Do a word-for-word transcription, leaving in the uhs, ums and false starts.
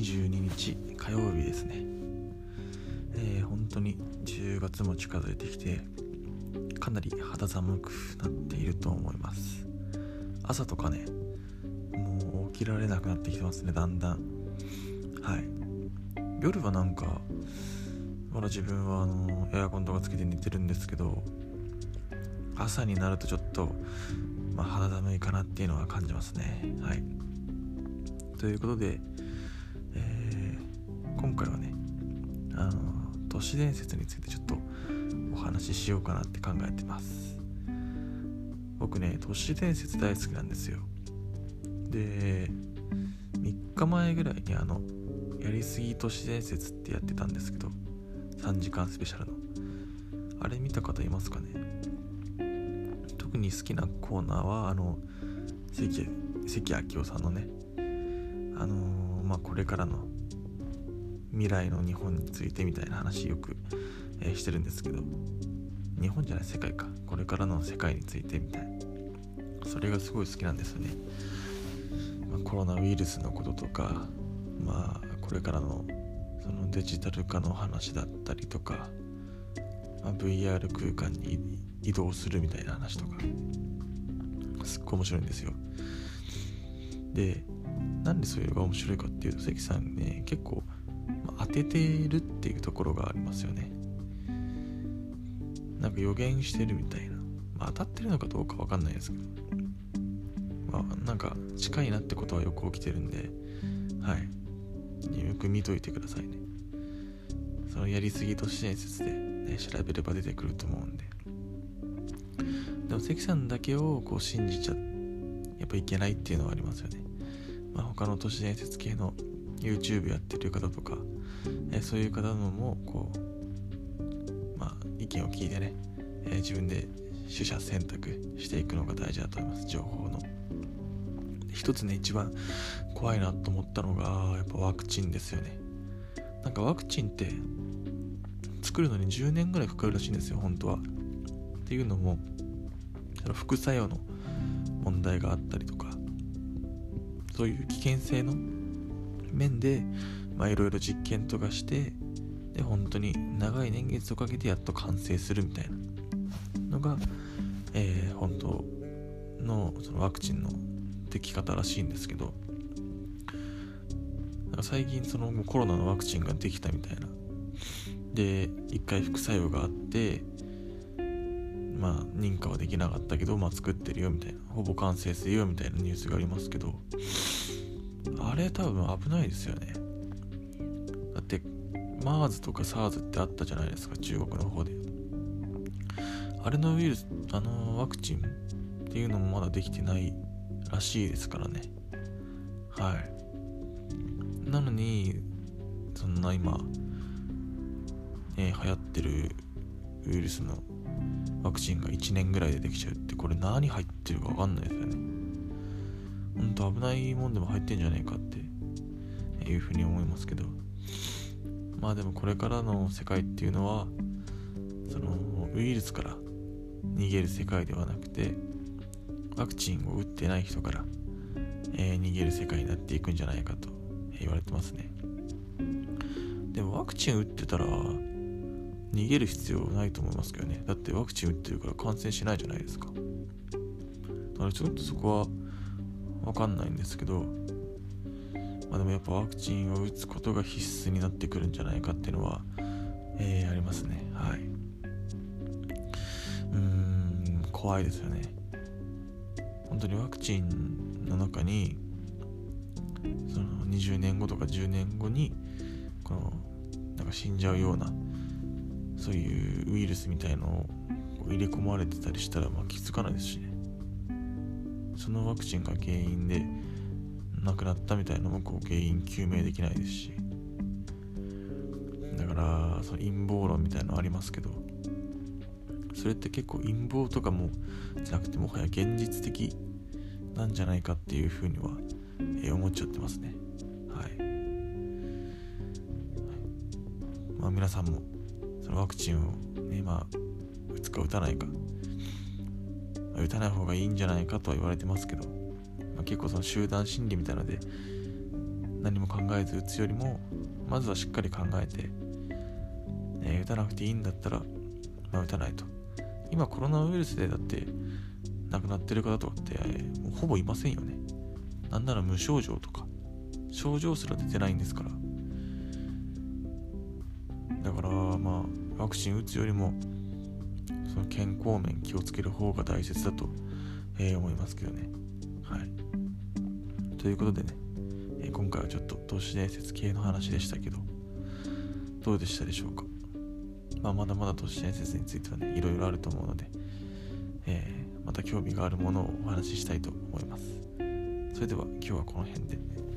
にじゅうににち火曜日ですね。えー、本当にじゅうがつも近づいてきて、かなり肌寒くなっていると思います。朝とかね、もう起きられなくなってきてますね、だんだん。はい。夜はなんかまだ自分はあのエアコンとかつけて寝てるんですけど、朝になるとちょっと、まあ、肌寒いかなっていうのは感じますね。はい。ということで、えー、今回はね、あの都市伝説についてちょっとお話ししようかなって考えてます。僕ね、都市伝説大好きなんですよ。で、みっかまえぐらいにあのやりすぎ都市伝説ってやってたんですけど、さんじかんスペシャルのあれ見た方いますかね。特に好きなコーナーはあの関関明夫さんのね、あのー、まあこれからの未来の日本についてみたいな話よく、えー、してるんですけど、日本じゃない世界か、これからの世界についてみたいな、それがすごい好きなんですよね。まあ、コロナウイルスのこととか、まあこれからのそのデジタル化の話だったりとか、まあ、ブイアール 空間に移動するみたいな話とかすっごい面白いんですよ。で、なんでそれが面白いかっていうと、関さんね、結構、まあ、当ててるっていうところがありますよね。なんか予言してるみたいな、まあ、当たってるのかどうか分かんないですけど、まあ、なんか近いなってことはよく起きてるんで、はい、よく見といてくださいね。そのやりすぎ都市伝説で、ね、調べれば出てくると思うんで。でも関さんだけをこう信じちゃやっぱいけないっていうのはありますよね。まあ、他の都市伝説系の YouTube やってる方とか、えー、そういう方のもこう、まあ、意見を聞いてね、えー、自分で取捨選択していくのが大事だと思います。情報の一つね、一番怖いなと思ったのがやっぱワクチンですよね。なんかワクチンって作るのにじゅうねんぐらいかかるらしいんですよ、本当は。っていうのも副作用の問題があったりとか、そういう危険性の面でまあいろいろ実験とかして、で本当に長い年月をかけてやっと完成するみたいなのが、えー、本当のそのワクチンのでき方らしいんですけど、なんか最近そのコロナのワクチンができたみたいなで、一回副作用があって、まあ認可はできなかったけど、まあ作ってるよみたいな、ほぼ完成するよみたいなニュースがありますけど、あれ多分危ないですよね。だって MERS とか SARS ってあったじゃないですか、中国の方で。あれのウイルス、あのワクチンっていうのもまだできてないらしいですからね。はい。なのにそんな今、えー、流行ってるウイルスのワクチンがいちねんぐらいでできちゃうって、これ何入ってるか分かんないですよね。ほんと危ないもんでも入ってんじゃねえかっていうふうに思いますけど、まあでもこれからの世界っていうのはそのウイルスから逃げる世界ではなくて、ワクチンを打ってない人から、えー、逃げる世界になっていくんじゃないかと言われてますね。でもワクチン打ってたら逃げる必要ないと思いますけどね。だってワクチン打ってるから感染しないじゃないですか。だからちょっとそこは分かんないんですけど、まあでもやっぱワクチンを打つことが必須になってくるんじゃないかっていうのは、えー、ありますね。はい。うーん、怖いですよね。本当にワクチンの中にそのにじゅうねんごとかじゅうねんごにこのなんか死んじゃうようなそういうウイルスみたいのを入れ込まれてたりしたら、まあ気づかないですしね。そのワクチンが原因で亡くなったみたいなのもこう原因究明できないですし、だからその陰謀論みたいなのありますけど、それって結構陰謀とかもじゃなくて、もはや現実的なんじゃないかっていうふうには、えー、思っちゃってますね。はい、はい。まあ皆さんもそのワクチンをね、まあ打つか打たないか、打たない方がいいんじゃないかとは言われてますけど、まあ、結構その集団心理みたいなので何も考えず打つよりもまずはしっかり考えて、えー、打たなくていいんだったら、まあ、打たないと。今コロナウイルスでだって亡くなってる方とかって、えー、もうほぼいませんよね。なんなら無症状とか症状すら出てないんですから。だからまあワクチン打つよりもその健康面気をつける方が大切だと、えー、思いますけどね。はい。ということでね、えー、今回はちょっと都市伝説系の話でしたけど、どうでしたでしょうか。まあ、まだまだ都市伝説についてはねいろいろあると思うので、えー、また興味があるものをお話ししたいと思います。それでは今日はこの辺で。